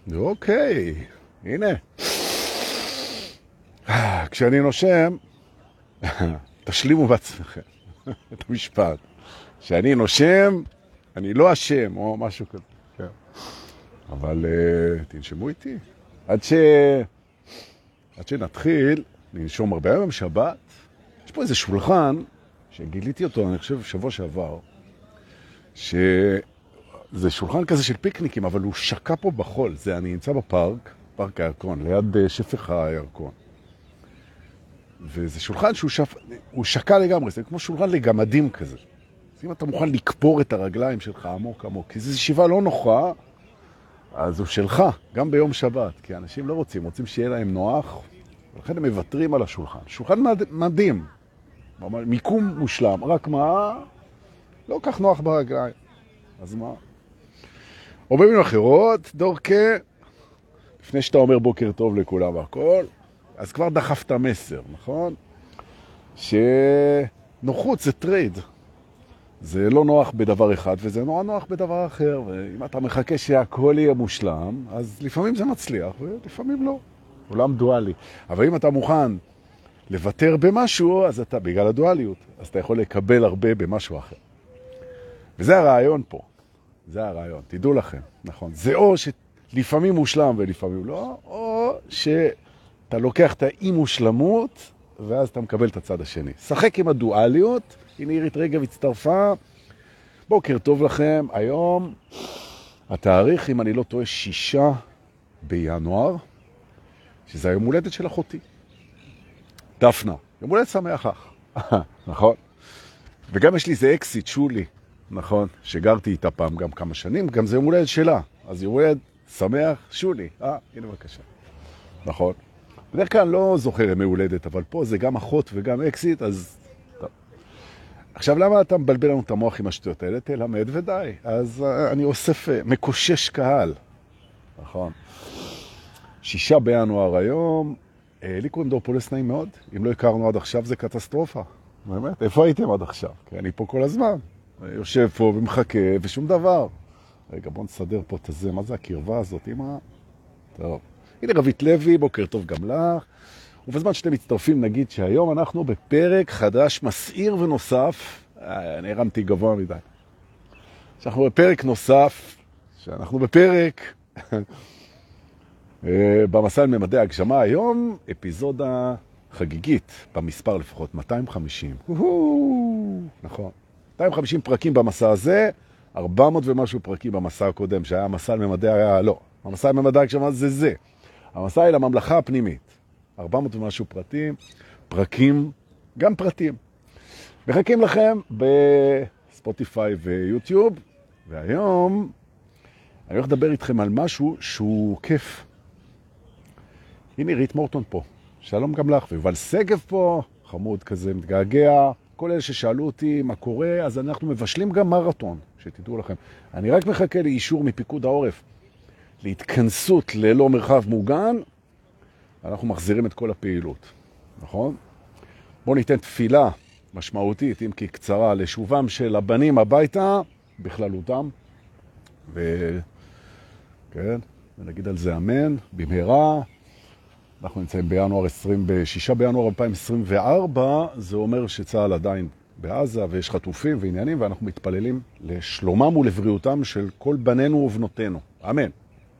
אוקיי, הנה. כשאני נושם, תשלימו בעצמכם את המשפט. כשאני נושם, אני לא אשם, או משהו כזה. כן. אבל תנשמו איתי. עד שנתחיל, ננשום הרבה היום שבת. יש פה איזה שולחן, שגיליתי אותו, אני חושב, שבוע שעבר, שזה שולחן כזה של פיקניקים, אבל הוא שקע פה בחול. אני נמצא בפארק, פארק הירקון, ליד שפך הירקון. וזה שולחן שהוא שקע לגמרי, זה כמו שולחן לגמדים כזה. אז אם אתה מוכן לקפור את הרגליים שלך עמוק עמוק, כי זו ישיבה לא נוחה, אז הוא שלך, גם ביום שבת, כי אנשים לא רוצים שיהיה להם נוח, ולכן הם מוותרים על השולחן. שולחן מדהים, מיקום מושלם, רק מה? לא כך נוח ברגליים. אז מה? או במילים אחרות, דורקה, לפני שאתה אומר בוקר טוב לכולם והכל, אז כבר דחפת מסר, נכון? שנוחות זה טרייד. זה לא נוח בדבר אחד, וזה נורא נוח בדבר אחר. ואם אתה מחכה שהכל יהיה מושלם, אז לפעמים זה מצליח, ולפעמים לא. עולם דואלי. אבל אם אתה מוכן לוותר במשהו, אז אתה, בגלל הדואליות, אז אתה יכול לקבל הרבה במשהו אחר. וזה הרעיון פה. זה הרעיון. תדעו לכם, נכון. זה או שלפעמים מושלם ולפעמים לא, או שאתה לוקח את האי-מושלמות, ואז אתה מקבל את הצד השני. שחק עם הדואליות. הנה עירית רגב הצטרפה. בוקר טוב לכם. היום התאריך, אם אני לא טועה, 6 בינואר, שזה היום הולדת של אחותי. דפנה. יום הולדת שמח לך. נכון? וגם יש לי איזה אקסיט, שולי. נכון? שגרתי איתה פעם גם כמה שנים. גם זה יום הולדת שלה. אז יום הולדת שמח, שולי. הנה בבקשה. נכון? בדרך כלל לא זוכר ימי הולדת, אבל פה זה גם אחות וגם אקסיט, אז עכשיו, למה אתה מבלבל לנו את המוח עם השטויות האלה? תלמד ודי. אז אני אוסף, מקושש קהל. נכון. 6 בינואר היום, לי קוראים דורפולס, נעים מאוד. אם לא הכרנו עד עכשיו, זה קטסטרופה. באמת, איפה הייתם עד עכשיו? כי אני פה כל הזמן. יושב פה ומחכה ושום דבר. רגע, בוא נסדר פה את זה. מה זה הקרבה הזאת? טוב. הנה רבית לוי, בוקר טוב גם לך. ובזמן שאתם מצטרפים, נגיד שהיום אנחנו בפרק חדש, מסעיר ונוסף. אני הרמתי גבוה מדי. שאנחנו בפרק נוסף, שאנחנו בפרק במסע על ממדי הגשמה. היום אפיזודה חגיגית, במספר לפחות, 250. נכון. 250 פרקים במסע הזה, 400 ומשהו פרקים במסע הקודם, שהיה המסע על ממדי, לא. המסע על ממדי הגשמה זה. המסע אל הממלכה הפנימית. 400 ומשהו פרקים, גם פרטים. מחכים לכם בספוטיפיי ויוטיוב, והיום אני הולך לדבר איתכם על משהו שהוא כיף. הנה רית מורטון פה, שלום גם לך, ויובל סגב פה, חמוד כזה, מתגעגע. כל אלה ששאלו אותי מה קורה, אז אנחנו מבשלים גם מרתון, שתדעו לכם. אני רק מחכה לאישור מפיקוד העורף, להתכנסות ללא מרחב מוגן, אנחנו מחזירים את כל הפעילות, נכון? בואו ניתן תפילה משמעותית, אם כי קצרה, לשובם של הבנים הביתה, בכללותם. כן, ונגיד על זה אמן, במהרה. אנחנו נמצאים ב-6 בינואר 2024, זה אומר שצה"ל עדיין בעזה, ויש חטופים ועניינים, ואנחנו מתפללים לשלומם ולבריאותם של כל בנינו ובנותינו. אמן.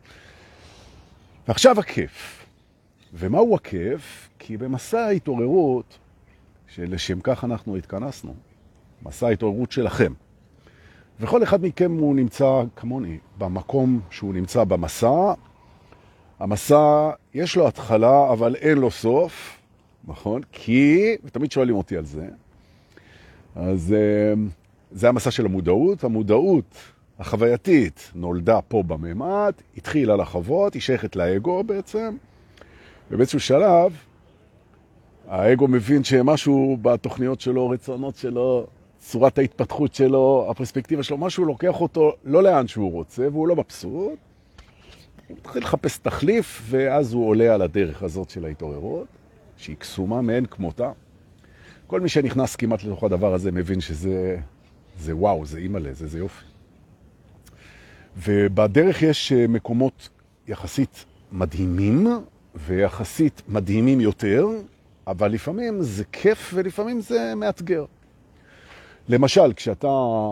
ועכשיו הכיף. ומהו הכיף? כי במסע ההתעוררות, שלשם כך אנחנו התכנסנו, מסע ההתעוררות שלכם. וכל אחד מכם הוא נמצא כמוני, במקום שהוא נמצא במסע. המסע יש לו התחלה, אבל אין לו סוף, נכון? כי, ותמיד שואלים אותי על זה, אז זה המסע של המודעות. המודעות החווייתית נולדה פה בממד, התחילה לחוות, היא שייכת לאגו בעצם, ובאיזשהו שלב, האגו מבין שמשהו בתוכניות שלו, רצונות שלו, צורת ההתפתחות שלו, הפרספקטיבה שלו, משהו לוקח אותו לא לאן שהוא רוצה, והוא לא מבסוט. הוא מתחיל לחפש תחליף, ואז הוא עולה על הדרך הזאת של ההתעוררות, שהיא קסומה מעין כמותה. כל מי שנכנס כמעט לתוך הדבר הזה מבין שזה וואו, זה אימא'לה, זה יופי. ובדרך יש מקומות יחסית מדהימים, ויחסית מדהימים יותר, אבל לפעמים זה כיף ולפעמים זה מאתגר. למשל, כשאתה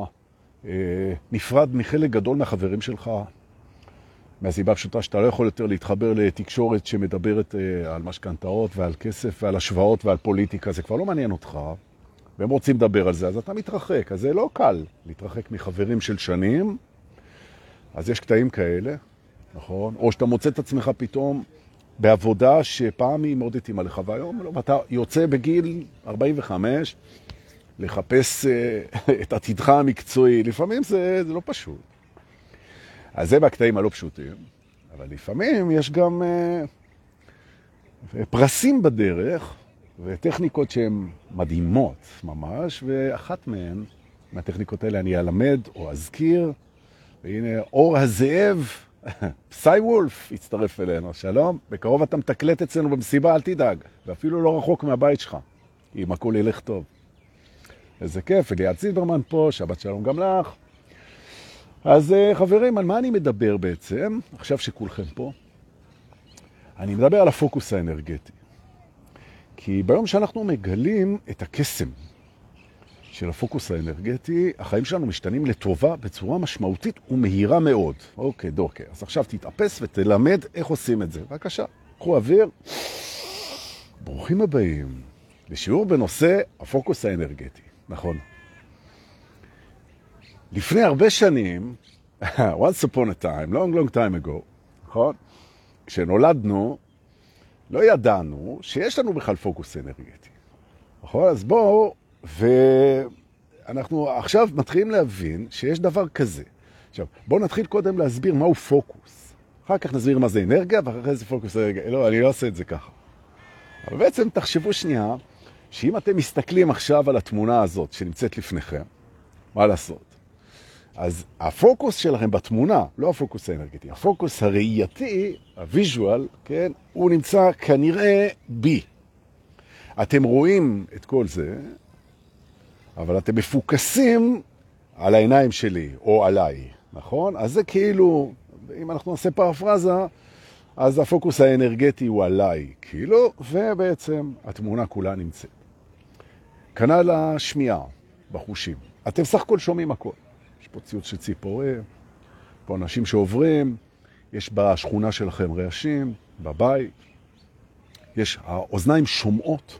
נפרד מחלק גדול מהחברים שלך, מהסיבה הפשוטה שאתה לא יכול יותר להתחבר לתקשורת שמדברת על משכנתאות ועל כסף ועל השוואות ועל פוליטיקה, זה כבר לא מעניין אותך, והם רוצים לדבר על זה, אז אתה מתרחק. אז זה לא קל להתרחק מחברים של שנים, אז יש קטעים כאלה, נכון? או שאתה מוצא את עצמך פתאום בעבודה שפעם היא מאוד התאימה לך, והיום לא, ואתה יוצא בגיל 45 לחפש את עתידך המקצועי. לפעמים זה לא פשוט. אז זה בקטעים הלא פשוטים, אבל לפעמים יש גם פרסים בדרך, וטכניקות שהן מדהימות ממש, ואחת מהן, מהטכניקות האלה אני אלמד או אזכיר, והנה אור הזאב, פסי וולף, הצטרף אלינו. שלום, בקרוב אתה מתקלט אצלנו במסיבה, אל תדאג, ואפילו לא רחוק מהבית שלך, אם הכל ילך טוב. איזה כיף, אליעד זילברמן פה, שבת שלום גם לך. אז חברים, על מה אני מדבר בעצם? עכשיו שכולכם פה, אני מדבר על הפוקוס האנרגטי. כי ביום שאנחנו מגלים את הקסם של הפוקוס האנרגטי, החיים שלנו משתנים לטובה בצורה משמעותית ומהירה מאוד. אוקיי, דוקא. אז עכשיו תתאפס ותלמד איך עושים את זה. בבקשה, קחו אוויר. ברוכים הבאים לשיעור בנושא הפוקוס האנרגטי. נכון. לפני הרבה שנים, once upon a time, long time ago, נכון? כשנולדנו, לא ידענו שיש לנו בכלל פוקוס אנרגטי. נכון? אז בואו, ואנחנו עכשיו מתחילים להבין שיש דבר כזה. עכשיו, בואו נתחיל קודם להסביר מהו פוקוס. אחר כך נסביר מה זה אנרגיה, ואחר כך זה פוקוס אנרגיה. לא, אני לא עושה את זה ככה. אבל בעצם תחשבו שנייה, שאם אתם מסתכלים עכשיו על התמונה הזאת שנמצאת לפניכם, מה לעשות? אז הפוקוס שלכם בתמונה, לא הפוקוס האנרגטי, הפוקוס הראייתי, הוויז'ואל, כן, הוא נמצא כנראה בי. אתם רואים את כל זה, אבל אתם מפוקסים על העיניים שלי או עליי, נכון? אז זה כאילו, אם אנחנו נעשה פרפרזה, אז הפוקוס האנרגטי הוא עליי, כאילו, ובעצם התמונה כולה נמצאת. כנ"ל השמיעה בחושים. אתם סך הכל שומעים הכל. יש פה ציוץ של ציפורים, פה אנשים שעוברים, יש בשכונה שלכם רעשים, בבית. יש, האוזניים שומעות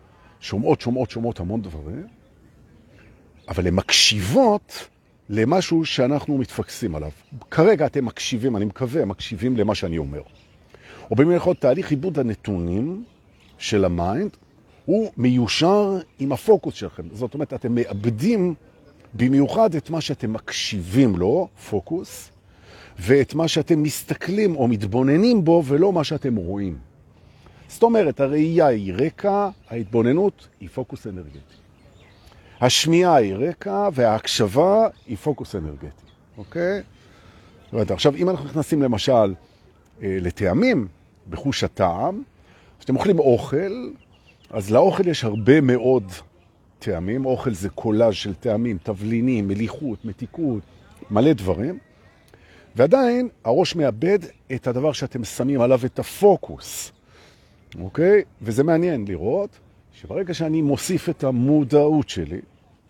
המון דברים, אבל הן מקשיבות למשהו שאנחנו מתפקסים עליו. כרגע אתם מקשיבים, אני מקווה, מקשיבים למה שאני אומר. או במיוחד תהליך עיבוד הנתונים של המיינד, הוא מיושר עם הפוקוס שלכם. זאת אומרת, אתם מאבדים במיוחד את מה שאתם מקשיבים לו, פוקוס, ואת מה שאתם מסתכלים או מתבוננים בו, ולא מה שאתם רואים. זאת אומרת, הראייה היא רקע, ההתבוננות היא פוקוס אנרגטי. השמיעה היא רקע, וההקשבה היא פוקוס אנרגטי. אוקיי? זאת אומרת, עכשיו, אם אנחנו נכנסים למשל לטעמים בחוש הטעם, כשאתם אוכלים אוכל, אז לאוכל יש הרבה מאוד טעמים. אוכל זה קולאז' של טעמים, תבלינים, מליחות, מתיקות, מלא דברים. ועדיין הראש מאבד את הדבר שאתם שמים עליו את הפוקוס. אוקיי? וזה מעניין לראות שברגע שאני מוסיף את המודעות שלי,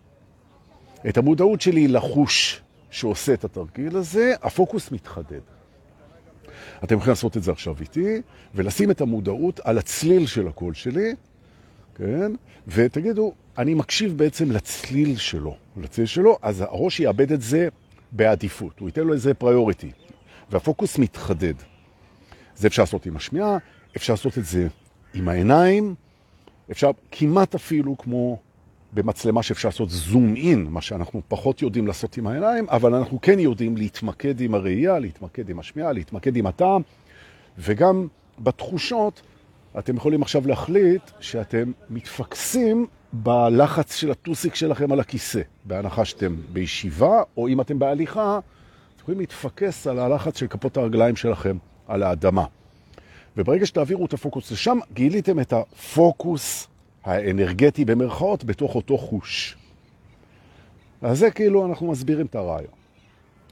לחוש שעושה את התרגיל הזה, הפוקוס מתחדד. אתם יכולים לעשות את זה עכשיו איתי, ולשים את המודעות על הצליל של הקול שלי, כן? ותגידו, אני מקשיב בעצם לצליל שלו, אז הראש יאבד את זה בעדיפות, הוא ייתן לו איזה פריוריטי, והפוקוס מתחדד. זה אפשר לעשות עם השמיעה, אפשר לעשות את זה עם העיניים, אפשר כמעט אפילו כמו במצלמה שאפשר לעשות זום אין, מה שאנחנו פחות יודעים לעשות עם העיניים, אבל אנחנו כן יודעים להתמקד עם הראייה, להתמקד עם השמיעה, להתמקד עם הטעם, וגם בתחושות אתם יכולים עכשיו להחליט שאתם מתפקסים בלחץ של הטוסיק שלכם על הכיסא, בהנחה שאתם בישיבה, או אם אתם בהליכה, אתם יכולים להתפקס על הלחץ של כפות הרגליים שלכם על האדמה. וברגע שתעבירו את הפוקוס לשם, גיליתם את הפוקוס האנרגטי במרכאות בתוך אותו חוש. אז זה כאילו אנחנו מסבירים את הרעיון.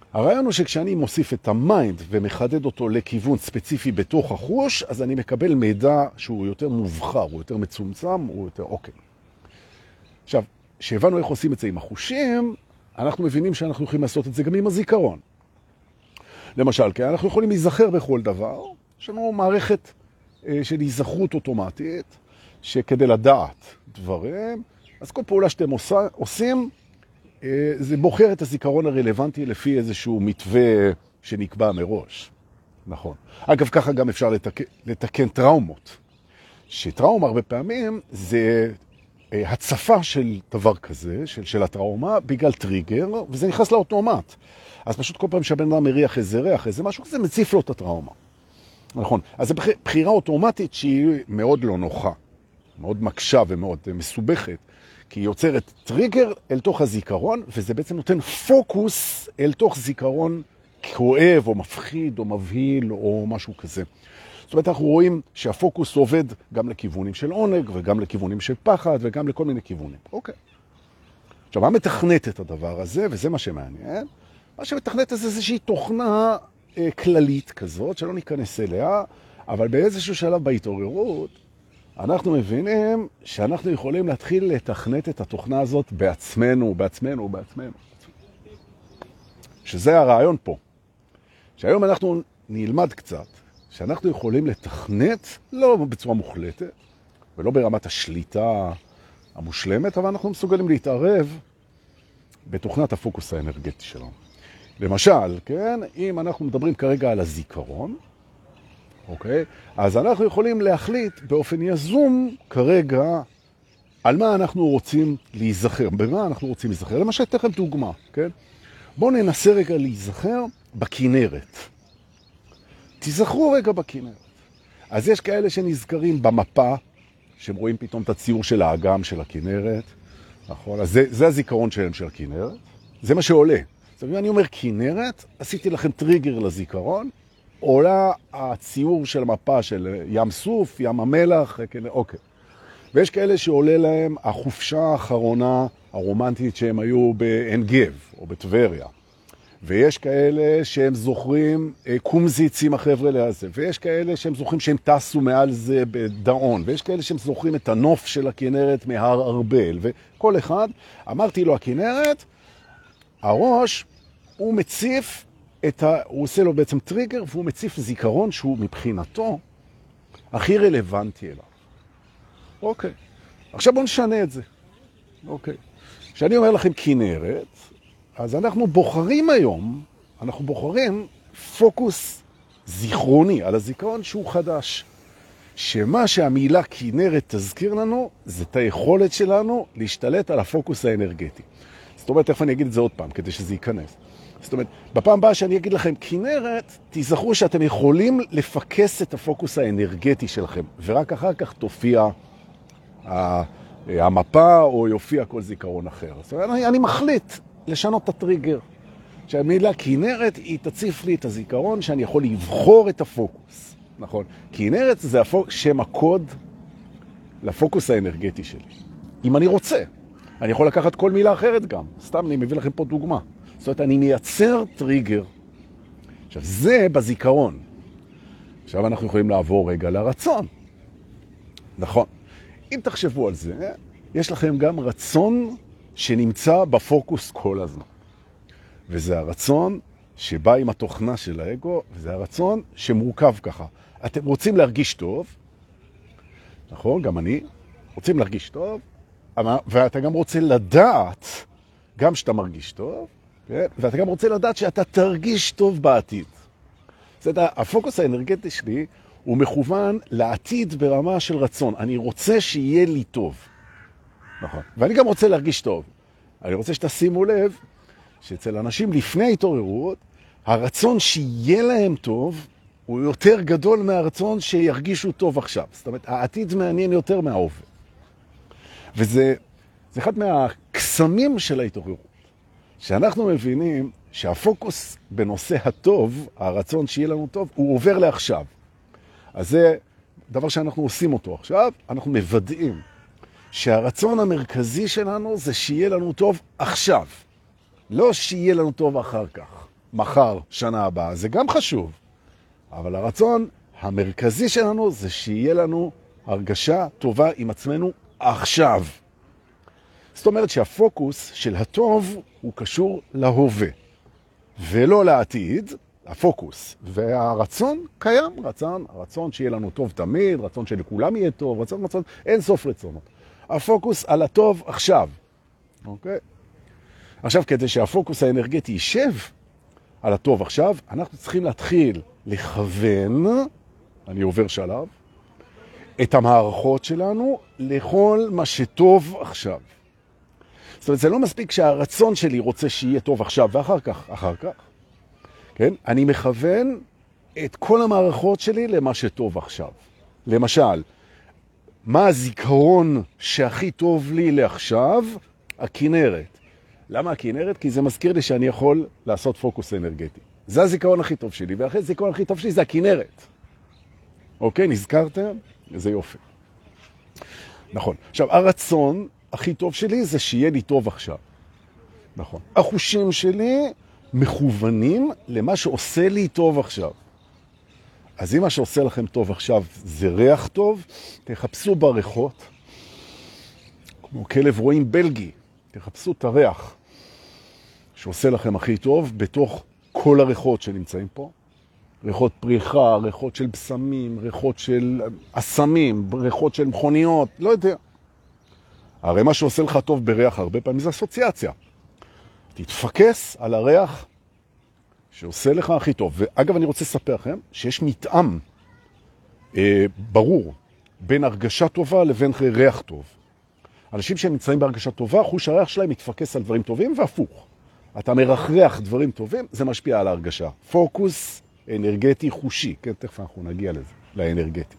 הרעיון הוא שכשאני מוסיף את המיינד ומחדד אותו לכיוון ספציפי בתוך החוש, אז אני מקבל מידע שהוא יותר מובחר, הוא יותר מצומצם, הוא יותר אוקיי. עכשיו, שהבנו איך עושים את זה עם החושים, אנחנו מבינים שאנחנו יכולים לעשות את זה גם עם הזיכרון. למשל, כי אנחנו יכולים להיזכר בכל דבר, יש לנו מערכת של היזכרות אוטומטית, שכדי לדעת דברים, אז כל פעולה שאתם עושים, זה בוחר את הזיכרון הרלוונטי לפי איזשהו מתווה שנקבע מראש. נכון. אגב, ככה גם אפשר לתקן טראומות. שטראומה הרבה פעמים זה הצפה של דבר כזה, של הטראומה, בגלל טריגר, וזה נכנס לאוטומט. אז פשוט כל פעם שהבן אדם מריח איזה ריח, איזה משהו כזה, מציף לו את הטראומה. נכון. אז זו בחירה אוטומטית שהיא מאוד לא נוחה, מאוד מקשה ומאוד מסובכת, כי היא יוצרת טריגר אל תוך הזיכרון, וזה בעצם נותן פוקוס אל תוך זיכרון כואב או מפחיד או מבהיל או משהו כזה. זאת אומרת, אנחנו רואים שהפוקוס עובד גם לכיוונים של עונג וגם לכיוונים של פחד וגם לכל מיני כיוונים. אוקיי. עכשיו, מה מתכנת את הדבר הזה? וזה מה שמעניין. מה שמתכנת זה איזושהי תוכנה כללית כזאת, שלא ניכנס אליה, אבל באיזשהו שלב בהתעוררות, אנחנו מבינים שאנחנו יכולים להתחיל לתכנת את התוכנה הזאת בעצמנו. שזה הרעיון פה. שהיום אנחנו נלמד קצת, שאנחנו יכולים לתכנת, לא בצורה מוחלטת, ולא ברמת השליטה המושלמת, אבל אנחנו מסוגלים להתערב בתוכנת הפוקוס האנרגטי שלנו. למשל, כן, אם אנחנו מדברים כרגע על הזיכרון, אוקיי? אז אנחנו יכולים להחליט באופן יזום כרגע על מה אנחנו רוצים להיזכר, במה אנחנו רוצים להיזכר. למשל, תכף דוגמה, כן? בואו ננסה רגע להיזכר בכנרת. תיזכרו רגע בכנרת. אז יש כאלה שנזכרים במפה, שהם רואים פתאום את הציור של האגם של הכנרת, נכון? אז זה הזיכרון שלהם של הכנרת. זה מה שעולה. אז אם אני אומר כנרת, עשיתי לכם טריגר לזיכרון, עולה הציור של המפה של ים סוף, ים המלח, אוקיי. ויש כאלה שעולה להם החופשה האחרונה הרומנטית שהם היו בעין גב או בטבריה. ויש כאלה שהם זוכרים קומזיץ עם החבר'ה לזה, ויש כאלה שהם זוכרים שהם טסו מעל זה בדאון, ויש כאלה שהם זוכרים את הנוף של הכנרת מהר ארבל, וכל אחד, אמרתי לו הכנרת, הראש הוא מציף הוא עושה לו בעצם טריגר, והוא מציף זיכרון שהוא מבחינתו הכי רלוונטי אליו. אוקיי. עכשיו בואו נשנה את זה. אוקיי. כשאני אומר לכם כנרת, אז אנחנו בוחרים היום, פוקוס זיכרוני על הזיכרון שהוא חדש. שמה שהמילה כנרת תזכיר לנו, זה את היכולת שלנו להשתלט על הפוקוס האנרגטי. זאת אומרת, תכף אני אגיד את זה עוד פעם, כדי שזה ייכנס. זאת אומרת, בפעם הבאה שאני אגיד לכם כנרת, תזכרו שאתם יכולים לפקס את הפוקוס האנרגטי שלכם, ורק אחר כך תופיע המפה או יופיע כל זיכרון אחר. זאת אומרת, אני מחליט לשנות את הטריגר. שהמילה כנרת היא תציף לי את הזיכרון שאני יכול לבחור את הפוקוס. נכון? כנרת זה שם הקוד לפוקוס האנרגטי שלי. אם אני רוצה. אני יכול לקחת כל מילה אחרת גם. סתם אני מביא לכם פה דוגמה. זאת אומרת, אני מייצר טריגר. עכשיו, זה בזיכרון. עכשיו אנחנו יכולים לעבור רגע לרצון. נכון. אם תחשבו על זה, יש לכם גם רצון שנמצא בפוקוס כל הזמן. וזה הרצון שבא עם התוכנה של האגו, וזה הרצון שמורכב ככה. אתם רוצים להרגיש טוב, נכון? גם אני. רוצים להרגיש טוב, ואתה גם רוצה לדעת, גם שאתה מרגיש טוב, כן? ואתה גם רוצה לדעת שאתה תרגיש טוב בעתיד. זאת אומרת, הפוקוס האנרגטי שלי הוא מכוון לעתיד ברמה של רצון. אני רוצה שיהיה לי טוב. נכון. ואני גם רוצה להרגיש טוב. אני רוצה שתשימו לב שאצל אנשים לפני התעוררות, הרצון שיהיה להם טוב הוא יותר גדול מהרצון שירגישו טוב עכשיו. זאת אומרת, העתיד מעניין יותר מההווה. וזה אחד מהקסמים של ההתעוררות. שאנחנו מבינים שהפוקוס בנושא הטוב, הרצון שיהיה לנו טוב, הוא עובר לעכשיו. אז זה דבר שאנחנו עושים אותו עכשיו, אנחנו מוודאים שהרצון המרכזי שלנו זה שיהיה לנו טוב עכשיו. לא שיהיה לנו טוב אחר כך. מחר, שנה הבאה, זה גם חשוב. אבל הרצון המרכזי שלנו זה שיהיה לנו הרגשה טובה עם עצמנו עכשיו. זאת אומרת שהפוקוס של הטוב הוא קשור להווה, ולא לעתיד, הפוקוס. והרצון קיים, רצון שיהיה לנו טוב תמיד, רצון שלכולם יהיה טוב, רצון, אין סוף רצונות. הפוקוס על הטוב עכשיו. אוקיי? עכשיו, כדי שהפוקוס האנרגטי יישב על הטוב עכשיו, אנחנו צריכים להתחיל לכוון, אני עובר שלב, את המערכות שלנו לכל מה שטוב עכשיו. זאת אומרת, זה לא מספיק שהרצון שלי רוצה שיהיה טוב עכשיו ואחר כך, כן? אני מכוון את כל המערכות שלי למה שטוב עכשיו. למשל, מה הזיכרון שהכי טוב לי לעכשיו? הכינרת. למה הכינרת? כי זה מזכיר לי שאני יכול לעשות פוקוס אנרגטי. זה הזיכרון הכי טוב שלי, ואחרי הזיכרון הכי טוב שלי זה הכינרת. אוקיי, נזכרתם? זה יופי. נכון. עכשיו, הרצון הכי טוב שלי זה שיהיה לי טוב עכשיו. נכון. החושים שלי מכוונים למה שעושה לי טוב עכשיו. אז אם מה שעושה לכם טוב עכשיו זה ריח טוב, תחפשו בריחות, כמו כלב רואים בלגי, תחפשו את הריח שעושה לכם הכי טוב בתוך כל הריחות שנמצאים פה. ריחות פריחה, ריחות של בשמים, ריחות של אסמים, ריחות של מכוניות, לא יודע. הרי מה שעושה לך טוב בריח הרבה פעמים זה אסוציאציה. תתפקס על הריח שעושה לך הכי טוב. ואגב, אני רוצה לספר לכם שיש מתאם ברור בין הרגשה טובה לבין ריח טוב. אנשים שנמצאים בהרגשה טובה, חוש הריח שלהם מתפקס על דברים טובים והפוך. אתה מרחרח דברים טובים, זה משפיע על ההרגשה. פוקוס אנרגטי חושי, כן, תכף אנחנו נגיע לזה, לאנרגטי.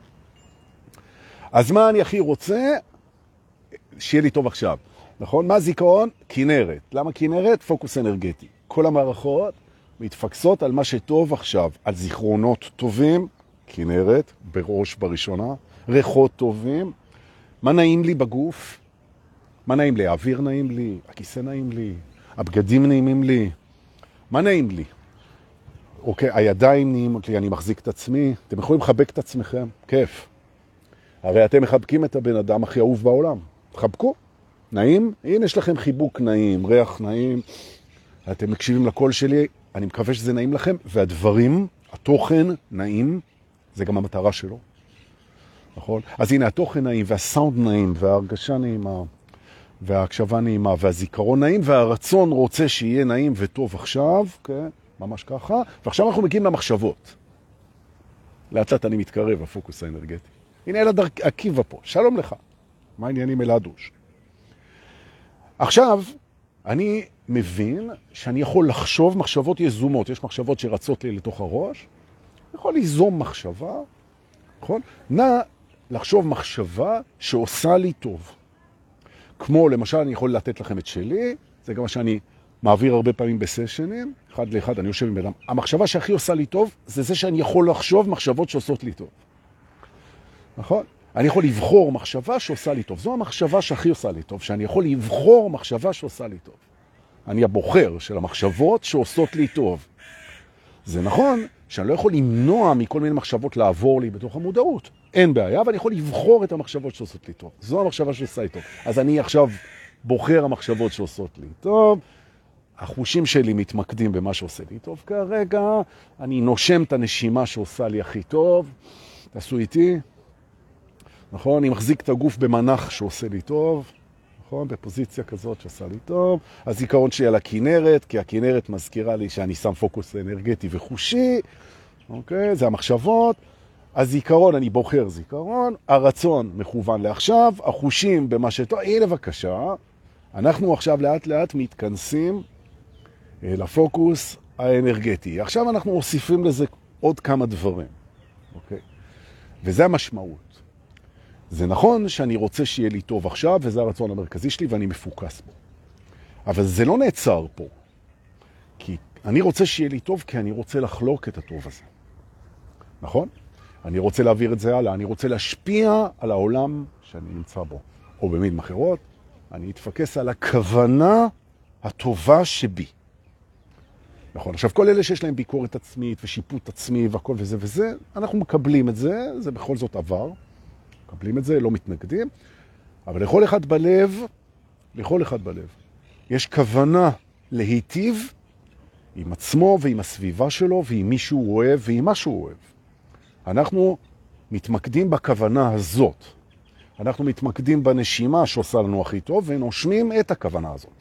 אז מה אני הכי רוצה? שיהיה לי טוב עכשיו. נכון? מה זיכרון? כינרת. למה כינרת? פוקוס אנרגטי. כל המערכות מתפקסות על מה שטוב עכשיו, על זיכרונות טובים, כינרת, בראש בראשונה, ריחות טובים, מה נעים לי בגוף? מה נעים לי? האוויר נעים לי, הכיסא נעים לי, הבגדים נעימים לי, מה נעים לי? אוקיי, הידיים נעימות לי, אני מחזיק את עצמי, אתם יכולים לחבק את עצמכם, כיף. הרי אתם מחבקים את הבן אדם הכי אהוב בעולם, תחבקו, נעים? הנה יש לכם חיבוק נעים, ריח נעים, אתם מקשיבים לקול שלי, אני מקווה שזה נעים לכם, והדברים, התוכן נעים, זה גם המטרה שלו. נכון? אז הנה, התוכן נעים, והסאונד נעים, וההרגשה נעימה, וההקשבה נעימה, והזיכרון נעים, והרצון רוצה שיהיה נעים וטוב עכשיו, כן? ממש ככה. ועכשיו אנחנו מגיעים למחשבות. לאט לאט אני מתקרב, הפוקוס האנרגטי. הנה אלעד עקיבא פה, שלום לך. מה העניינים אלעדוש? עכשיו, אני מבין שאני יכול לחשוב מחשבות יזומות. יש מחשבות שרצות לי לתוך הראש. אני יכול ליזום מחשבה, נכון? נא לחשוב מחשבה שעושה לי טוב. כמו למשל, אני יכול לתת לכם את שלי, זה גם מה שאני מעביר הרבה פעמים בסשנים, אחד לאחד, אני יושב עם בן אדם. המחשבה שהכי עושה לי טוב, זה זה שאני יכול לחשוב מחשבות שעושות לי טוב. נכון? אני יכול לבחור מחשבה שעושה לי טוב. זו המחשבה שהכי עושה לי טוב, שאני יכול לבחור מחשבה שעושה לי טוב. אני הבוחר של המחשבות שעושות לי טוב. זה נכון שאני לא יכול למנוע מכל מיני מחשבות לעבור לי בתוך המודעות. אין בעיה, אבל אני יכול לבחור את המחשבות שעושות לי טוב. זו המחשבה שעושה לי טוב. אז אני עכשיו בוחר המחשבות שעושות לי טוב. החושים שלי מתמקדים במה שעושה לי טוב כרגע. אני נושם את הנשימה שעושה לי הכי טוב. תעשו איתי. נכון? אני מחזיק את הגוף במנח שעושה לי טוב. נכון? בפוזיציה כזאת שעושה לי טוב. הזיכרון שלי על הכינרת, כי הכינרת מזכירה לי שאני שם פוקוס אנרגטי וחושי. אוקיי? זה המחשבות. הזיכרון, אני בוחר זיכרון. הרצון מכוון לעכשיו. החושים במה שטוב. הנה בבקשה. אנחנו עכשיו לאט לאט מתכנסים לפוקוס האנרגטי. עכשיו אנחנו מוסיפים לזה עוד כמה דברים. אוקיי? וזה המשמעות. זה נכון שאני רוצה שיהיה לי טוב עכשיו, וזה הרצון המרכזי שלי, ואני מפוקס בו. אבל זה לא נעצר פה. כי אני רוצה שיהיה לי טוב, כי אני רוצה לחלוק את הטוב הזה. נכון? אני רוצה להעביר את זה הלאה, אני רוצה להשפיע על העולם שאני נמצא בו. או במילים אחרות, אני אתפקס על הכוונה הטובה שבי. נכון, עכשיו כל אלה שיש להם ביקורת עצמית ושיפוט עצמי והכל וזה וזה, אנחנו מקבלים את זה, זה בכל זאת עבר, מקבלים את זה, לא מתנגדים, אבל לכל אחד בלב, יש כוונה להיטיב עם עצמו ועם הסביבה שלו ועם מי שהוא אוהב ועם מה שהוא אוהב. אנחנו מתמקדים בכוונה הזאת. אנחנו מתמקדים בנשימה שעושה לנו הכי טוב ונושמים את הכוונה הזאת.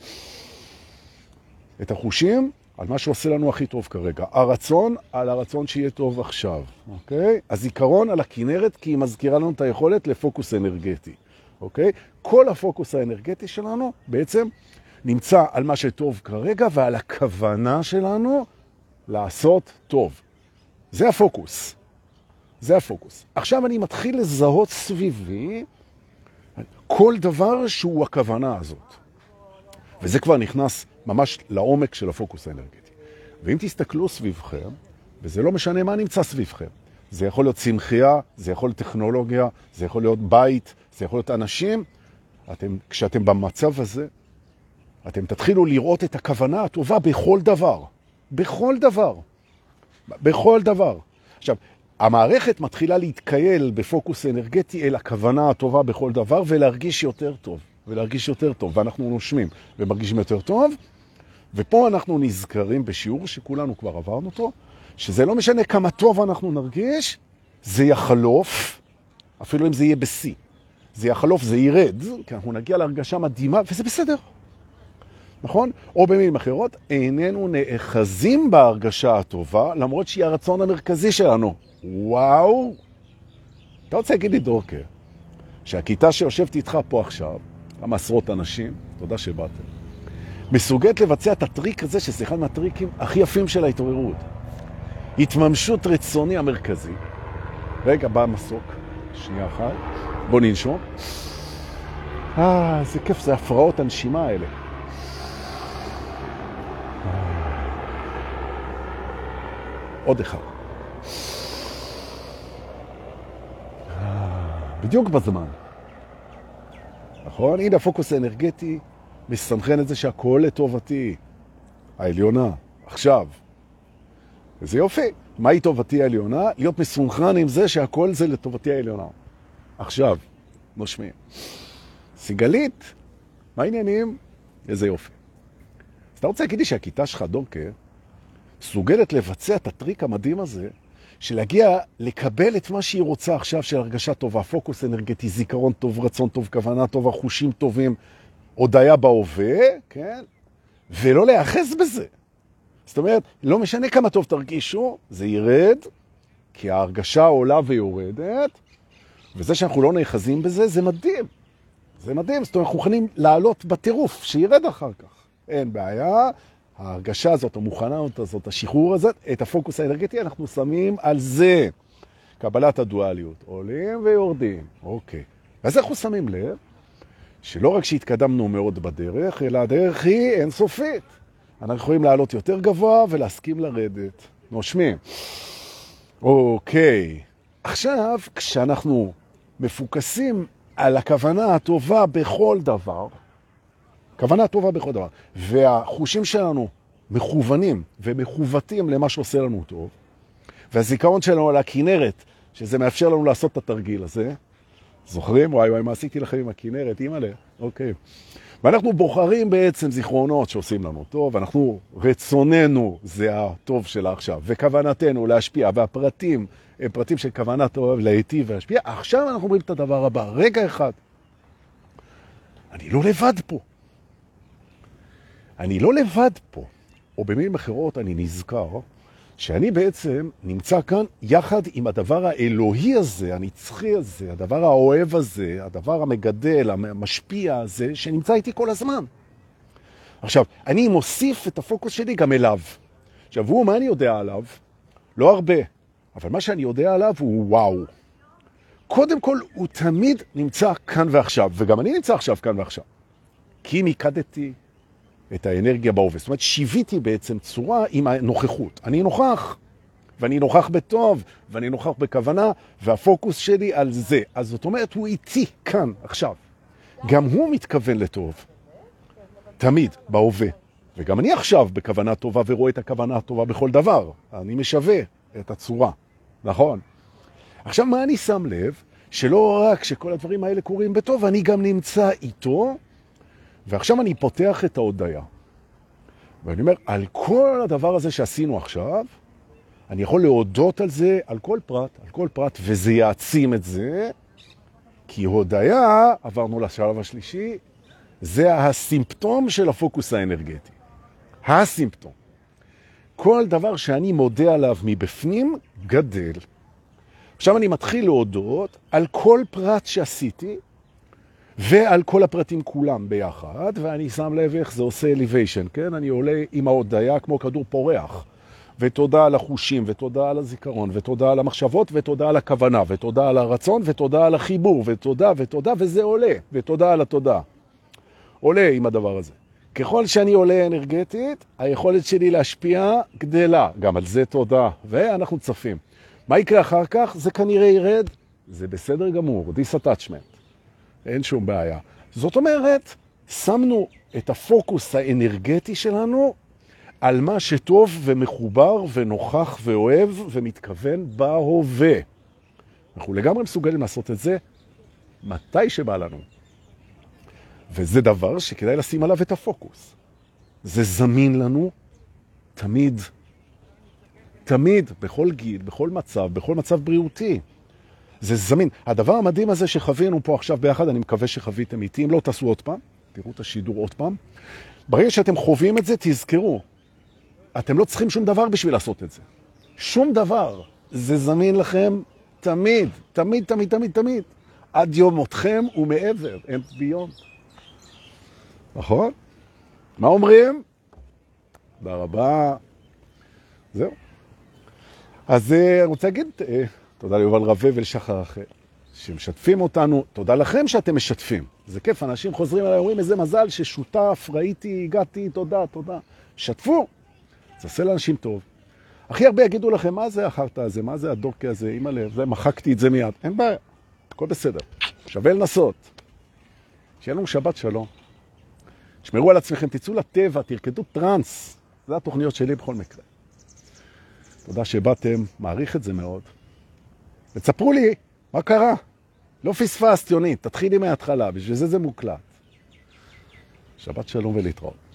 את החושים על מה שעושה לנו הכי טוב כרגע. הרצון על הרצון שיהיה טוב עכשיו. אוקיי? הזיכרון על הכינרת כי היא מזכירה לנו את היכולת לפוקוס אנרגטי. אוקיי? כל הפוקוס האנרגטי שלנו בעצם נמצא על מה שטוב כרגע ועל הכוונה שלנו לעשות טוב. זה הפוקוס. זה הפוקוס. עכשיו אני מתחיל לזהות סביבי כל דבר שהוא הכוונה הזאת. וזה כבר נכנס ממש לעומק של הפוקוס האנרגטי. ואם תסתכלו סביבכם, וזה לא משנה מה נמצא סביבכם, זה יכול להיות צמחייה, זה יכול להיות טכנולוגיה, זה יכול להיות בית, זה יכול להיות אנשים, כשאתם במצב הזה, אתם תתחילו לראות את הכוונה הטובה בכל דבר. בכל דבר. בכל דבר. עכשיו, המערכת מתחילה להתקייל בפוקוס אנרגטי אל הכוונה הטובה בכל דבר ולהרגיש יותר טוב. ולהרגיש יותר טוב. ואנחנו נושמים ומרגישים יותר טוב. ופה אנחנו נזכרים בשיעור שכולנו כבר עברנו אותו, שזה לא משנה כמה טוב אנחנו נרגיש, זה יחלוף, אפילו אם זה יהיה בסי. זה יחלוף, זה ירד, כי אנחנו נגיע להרגשה מדהימה, וזה בסדר. נכון? או במילים אחרות, איננו נאחזים בהרגשה הטובה, למרות שהיא הרצון המרכזי שלנו. וואו! אתה רוצה להגיד לי, דורקר, שהכיתה שיושבת איתך פה עכשיו, כמה עשרות אנשים, תודה שבאתם, מסוגלת לבצע את הטריק הזה, שזה אחד מהטריקים הכי יפים של ההתעוררות. התממשות רצוני המרכזי. רגע, בא מסוק. שנייה אחת. בוא ננשום. איזה כיף, זה הפרעות הנשימה האלה. עוד אחד. בדיוק בזמן. נכון? הנה הפוקוס האנרגטי מסנכרן את זה שהכל לטובתי. העליונה. עכשיו. וזה יופי. מהי טובתי העליונה? להיות מסונכרן עם זה שהכל זה לטובתי העליונה. עכשיו. נושמים. סיגלית. מה העניינים? איזה יופי. אז אתה רוצה להגיד לי שהכיתה שלך, דורקר, סוגלת לבצע את הטריק המדהים הזה, של להגיע לקבל את מה שהיא רוצה עכשיו של הרגשה טובה, פוקוס אנרגטי, זיכרון טוב, רצון טוב, כוונה טובה, חושים טובים, הודעה בהווה, כן? ולא להיאחז בזה. זאת אומרת, לא משנה כמה טוב תרגישו, זה ירד, כי ההרגשה עולה ויורדת, וזה שאנחנו לא נאחזים בזה, זה מדהים. זה מדהים, זאת אומרת, אנחנו יכולים לעלות בטירוף, שירד אחר כך. אין בעיה. ההרגשה הזאת, המוכנות הזאת, השחרור הזאת, את הפוקוס האנרגטי, אנחנו שמים על זה. קבלת הדואליות. עולים ויורדים. אוקיי. אז אנחנו שמים לב, שלא רק שהתקדמנו מאוד בדרך, אלא הדרך היא אינסופית. אנחנו יכולים לעלות יותר גבוה ולהסכים לרדת. נושמים. אוקיי. עכשיו, כשאנחנו מפוקסים על הכוונה הטובה בכל דבר, כוונה טובה בכל דבר, והחושים שלנו מכוונים ומכוותים למה שעושה לנו טוב, והזיכרון שלנו על הכינרת, שזה מאפשר לנו לעשות את התרגיל הזה, זוכרים? וואי, מה עשיתי לכם עם הכינרת? אימא'לה, אוקיי. ואנחנו בוחרים בעצם זיכרונות שעושים לנו טוב, ואנחנו, רצוננו זה הטוב שלה עכשיו, וכוונתנו להשפיע, והפרטים הם פרטים של כוונה טוב להיטיב ולהשפיע. עכשיו אנחנו אומרים את הדבר הבא, רגע אחד, אני לא לבד פה. אני לא לבד פה, או במילים אחרות אני נזכר שאני בעצם נמצא כאן יחד עם הדבר האלוהי הזה, הנצחי הזה, הדבר האוהב הזה, הדבר המגדל, המשפיע הזה, שנמצא איתי כל הזמן. עכשיו, אני מוסיף את הפוקוס שלי גם אליו. עכשיו, הוא, מה אני יודע עליו? לא הרבה, אבל מה שאני יודע עליו הוא וואו. קודם כל, הוא תמיד נמצא כאן ועכשיו, וגם אני נמצא עכשיו כאן ועכשיו. כי מיקדתי את האנרגיה בהווה. זאת אומרת, שיוויתי בעצם צורה עם הנוכחות. אני נוכח, ואני נוכח בטוב, ואני נוכח בכוונה, והפוקוס שלי על זה. אז זאת אומרת, הוא איתי כאן, עכשיו. גם הוא מתכוון לטוב. תמיד, בהווה. וגם אני עכשיו בכוונה טובה ורואה את הכוונה הטובה בכל דבר. אני משווה את הצורה, נכון? עכשיו מה אני שם לב? שלא רק שכל הדברים האלה קורים בטוב, אני גם נמצא איתו, ועכשיו אני פותח את ההודעה. ואני אומר, על כל הדבר הזה שעשינו עכשיו, אני יכול להודות על זה, על כל פרט, וזה יעצים את זה, כי הודעה, עברנו לשלב השלישי, זה הסימפטום של הפוקוס האנרגטי. הסימפטום. כל דבר שאני מודה עליו מבפנים, גדל. עכשיו אני מתחיל להודות על כל פרט שעשיתי, ועל כל הפרטים כולם ביחד, ואני שם לב איך זה עושה elevation, כן? אני עולה עם ההודעה כמו כדור פורח. ותודה על החושים, ותודה על הזיכרון, ותודה על המחשבות, ותודה על הכוונה, ותודה על הרצון, ותודה על החיבור, ותודה, וזה עולה, ותודה על התודה. עולה עם הדבר הזה. ככל שאני עולה אנרגטית, היכולת שלי להשפיע גדלה. גם על זה תודה, ואנחנו צפים. מה יקרה אחר כך? זה כנראה ירד. זה בסדר גמור, disattachment. אין שום בעיה. זאת אומרת, שמנו את הפוקוס האנרגטי שלנו על מה שטוב ומחובר ונוכח ואוהב ומתכוון בהווה. אנחנו לגמרי מסוגלים לעשות את זה מתי שבא לנו. וזה דבר שכדאי לשים עליו את הפוקוס. זה זמין לנו תמיד, תמיד, בכל גיל, בכל מצב בריאותי. זה זמין. הדבר המדהים הזה שחווינו פה עכשיו ביחד, אני מקווה שחוויתם איתי, אם לא תעשו עוד פעם, תראו את השידור עוד פעם. ברגע שאתם חווים את זה, תזכרו, אתם לא צריכים שום דבר בשביל לעשות את זה. שום דבר. זה זמין לכם תמיד, תמיד, תמיד, תמיד, תמיד. עד יום מותכם ומעבר, and beyond. נכון? מה אומרים? תודה רבה. זהו. אז אני רוצה להגיד, תודה ליובל רווה ולשחר אחר, שמשתפים אותנו. תודה לכם שאתם משתפים. זה כיף, אנשים חוזרים אליי, אומרים איזה מזל ששותף, ראיתי, הגעתי, תודה, תודה. שתפו. זה עושה לאנשים טוב. הכי הרבה יגידו לכם, מה זה החרת הזה, מה זה הדוקי הזה, אמא לב, זה, מחקתי את זה מיד. אין בעיה, הכל בסדר. שווה לנסות. שיהיה לנו שבת שלום. שמרו על עצמכם, תצאו לטבע, תרקדו טרנס. זה התוכניות שלי בכל מקרה. תודה שבאתם, מעריך את זה מאוד. ותספרו לי, מה קרה? לא פספסת, יונית, תתחילי מההתחלה, בשביל זה מוקלט. שבת שלום ולהתראות.